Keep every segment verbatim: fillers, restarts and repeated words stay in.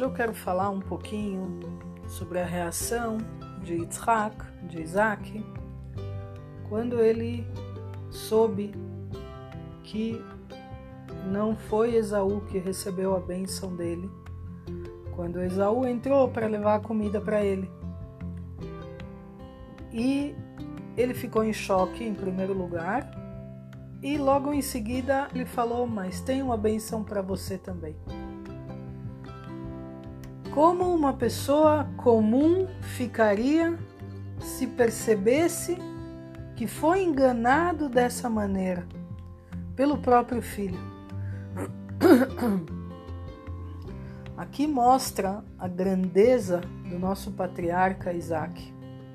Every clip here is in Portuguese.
eu quero falar um pouquinho sobre a reação de Yitzhak, de Isaac, quando ele soube que não foi Esaú que recebeu a bênção dele, quando Esaú entrou para levar a comida para ele. E ele ficou em choque em primeiro lugar, e logo em seguida ele falou, mas tem uma bênção para você também. Como uma pessoa comum ficaria se percebesse que foi enganado dessa maneira pelo próprio filho? Aqui mostra a grandeza do nosso patriarca Isaac.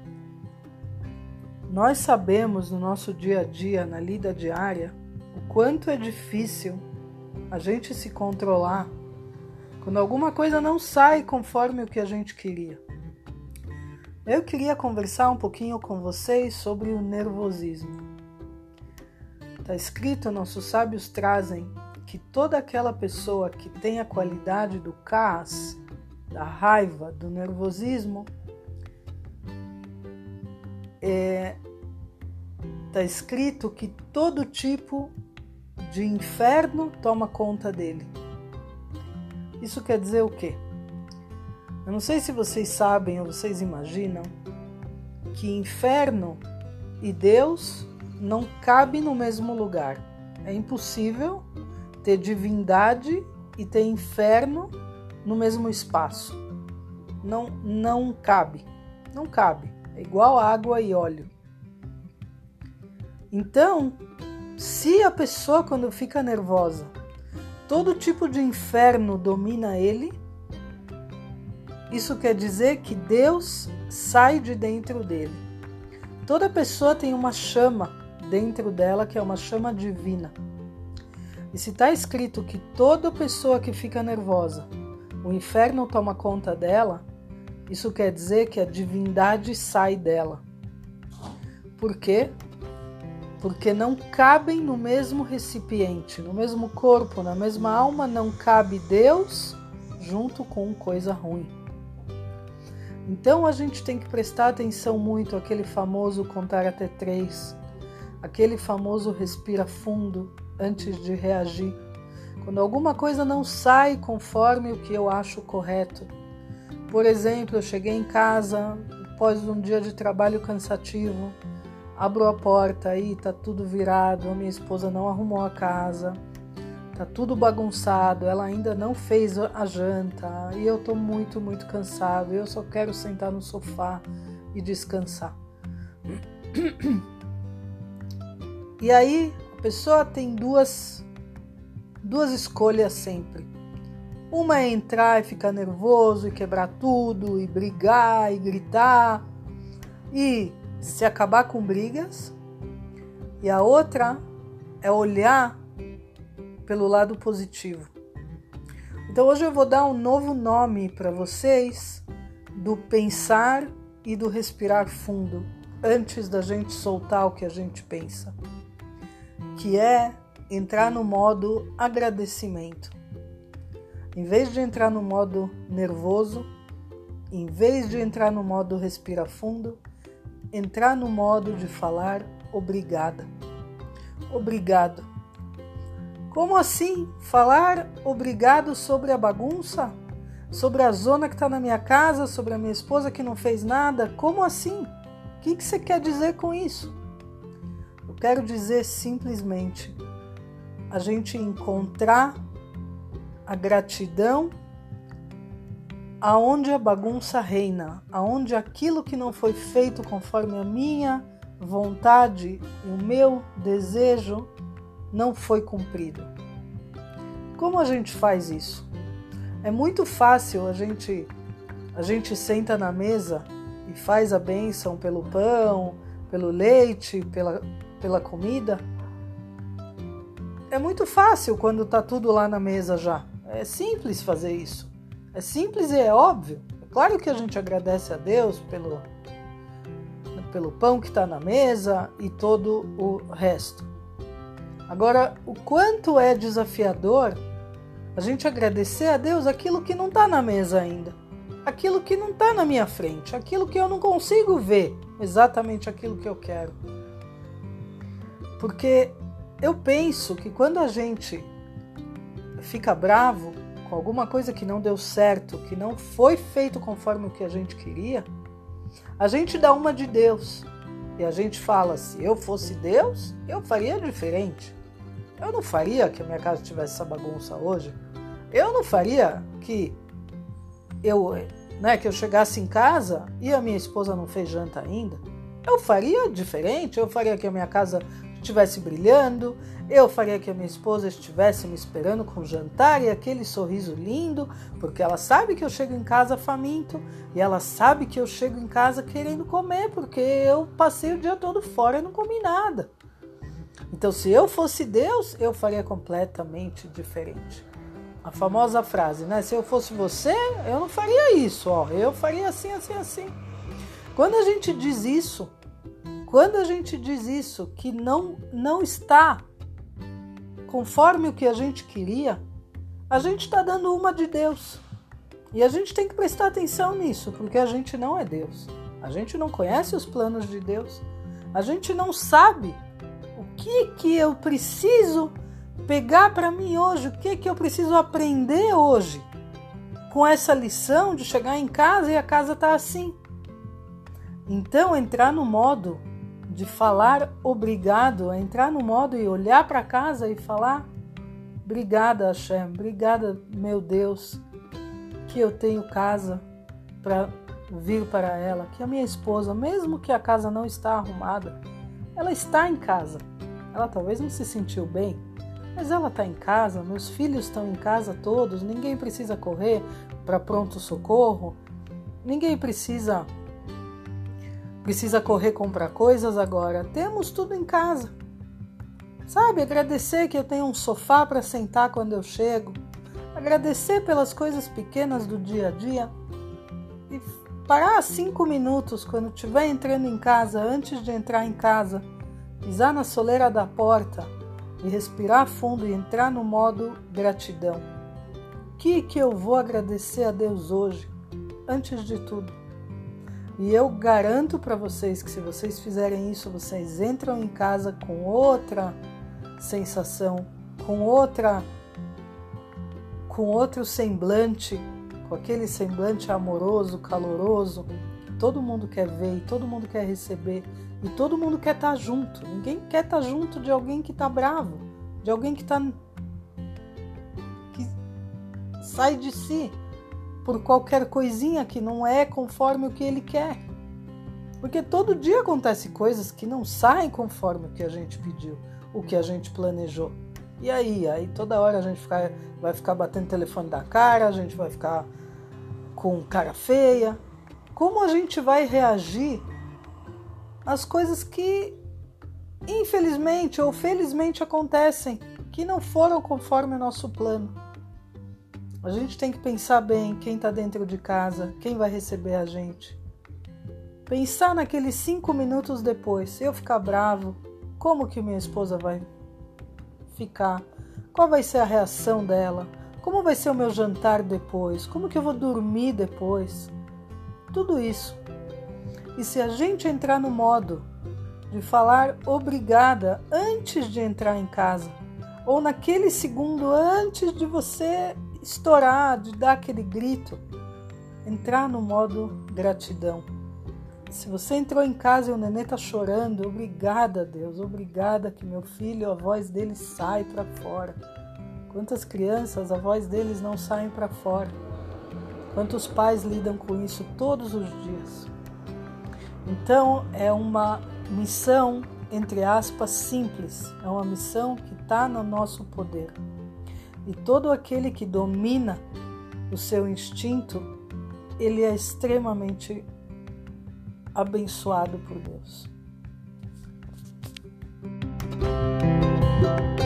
Nós sabemos no nosso dia a dia, na lida diária, o quanto é difícil a gente se controlar quando alguma coisa não sai conforme o que a gente queria. Eu queria conversar um pouquinho com vocês sobre o nervosismo. Está escrito, nossos sábios trazem que toda aquela pessoa que tem a qualidade do caos, da raiva, do nervosismo, é, está escrito que todo tipo de inferno toma conta dele. Isso quer dizer o quê? Eu não sei se vocês sabem ou vocês imaginam que inferno e Deus não cabem no mesmo lugar. É impossível ter divindade e ter inferno no mesmo espaço. Não, não cabe. Não cabe. É igual água e óleo. Então, se a pessoa, quando fica nervosa, todo tipo de inferno domina ele, isso quer dizer que Deus sai de dentro dele. Toda pessoa tem uma chama dentro dela, que é uma chama divina. E se está escrito que toda pessoa que fica nervosa, o inferno toma conta dela, isso quer dizer que a divindade sai dela. Por quê? Porque não cabem no mesmo recipiente, no mesmo corpo, na mesma alma, não cabe Deus junto com coisa ruim. Então a gente tem que prestar atenção muito àquele famoso contar até três, aquele famoso respira fundo antes de reagir. Quando alguma coisa não sai conforme o que eu acho correto. Por exemplo, eu cheguei em casa após um dia de trabalho cansativo, abro a porta e tá tudo virado, a minha esposa não arrumou a casa, tá tudo bagunçado, ela ainda não fez a janta e eu tô muito, muito cansado, eu só quero sentar no sofá e descansar. E aí a pessoa tem duas, duas escolhas sempre. Uma é entrar e ficar nervoso e quebrar tudo, e brigar e gritar e se acabar com brigas, e a outra é olhar pelo lado positivo. Então hoje eu vou dar um novo nome para vocês do pensar e do respirar fundo, antes da gente soltar o que a gente pensa, que é entrar no modo agradecimento. Em vez de entrar no modo nervoso, em vez de entrar no modo respira fundo, entrar no modo de falar obrigada. Obrigado. Como assim? Falar obrigado sobre a bagunça? Sobre a zona que está na minha casa? Sobre a minha esposa que não fez nada? Como assim? O que, que você quer dizer com isso? Eu quero dizer simplesmente a gente encontrar a gratidão aonde a bagunça reina, aonde aquilo que não foi feito conforme a minha vontade e o meu desejo não foi cumprido. Como a gente faz isso? É muito fácil, a gente, a gente senta na mesa e faz a bênção pelo pão, pelo leite, pela, pela comida. É muito fácil quando está tudo lá na mesa já. É simples fazer isso. É simples e é óbvio. É claro que a gente agradece a Deus pelo, pelo pão que está na mesa e todo o resto. Agora, o quanto é desafiador A gente agradecer a Deus aquilo que não está na mesa ainda, aquilo que não está na minha frente, aquilo que eu não consigo ver, exatamente aquilo que eu quero. Porque eu penso que quando a gente fica bravo com alguma coisa que não deu certo, que não foi feito conforme o que a gente queria, a gente dá uma de Deus. E a gente fala, se eu fosse Deus, eu faria diferente. Eu não faria que a minha casa tivesse essa bagunça hoje. Eu não faria que eu, né, que eu chegasse em casa e a minha esposa não fez janta ainda. Eu faria diferente. Eu faria que a minha casa estivesse brilhando. Eu faria que a minha esposa estivesse me esperando com jantar e aquele sorriso lindo, porque ela sabe que eu chego em casa faminto e ela sabe que eu chego em casa querendo comer, porque eu passei o dia todo fora e não comi nada. Então, se eu fosse Deus, eu faria completamente diferente. A famosa frase, né? Se eu fosse você, eu não faria isso, ó. Eu faria assim, assim, assim. Quando a gente diz isso, quando a gente diz isso, que não, não está conforme o que a gente queria, a gente está dando uma de Deus. E a gente tem que prestar atenção nisso, porque a gente não é Deus. A gente não conhece os planos de Deus. A gente não sabe o que, que eu preciso pegar para mim hoje, o que, que eu preciso aprender hoje com essa lição de chegar em casa e a casa tá assim. Então, entrar no modo de falar obrigado, entrar no modo e olhar para casa e falar obrigada, Hashem, obrigada, meu Deus, que eu tenho casa para vir para ela, que a minha esposa, mesmo que a casa não está arrumada, ela está em casa. Ela talvez não se sentiu bem, mas ela está em casa, meus filhos estão em casa todos, ninguém precisa correr para pronto-socorro, ninguém precisa precisa correr comprar coisas agora, temos tudo em casa. Sabe, agradecer que eu tenho um sofá para sentar quando eu chego, agradecer pelas coisas pequenas do dia a dia e parar cinco minutos quando estiver entrando em casa, antes de entrar em casa, pisar na soleira da porta e respirar fundo e entrar no modo gratidão. O que que eu vou agradecer a Deus hoje, antes de tudo? E eu garanto para vocês que se vocês fizerem isso, vocês entram em casa com outra sensação, com outra, com outro semblante, com aquele semblante amoroso, caloroso, que todo mundo quer ver e todo mundo quer receber e todo mundo quer estar junto. Ninguém quer estar junto de alguém que está bravo, de alguém que, tá, que sai de si por qualquer coisinha que não é conforme o que ele quer. Porque todo dia acontece coisas que não saem conforme o que a gente pediu, o que a gente planejou. E aí? Aí toda hora a gente fica, vai ficar batendo telefone da cara, a gente vai ficar com cara feia. Como a gente vai reagir às coisas que, infelizmente ou felizmente, acontecem, que não foram conforme o nosso plano? A gente tem que pensar bem quem está dentro de casa, quem vai receber a gente. Pensar naqueles cinco minutos depois, se eu ficar bravo, como que minha esposa vai ficar? Qual vai ser a reação dela? Como vai ser o meu jantar depois? Como que eu vou dormir depois? Tudo isso. E se a gente entrar no modo de falar obrigada antes de entrar em casa, ou naquele segundo antes de você estourar, de dar aquele grito, entrar no modo gratidão. Se você entrou em casa e o nenê tá chorando, obrigada, Deus, obrigada que meu filho, a voz dele sai para fora. Quantas crianças, a voz deles não saem para fora? Quantos pais lidam com isso todos os dias? Então, é uma missão, entre aspas, simples. É uma missão que está no nosso poder. E todo aquele que domina o seu instinto, ele é extremamente abençoado por Deus.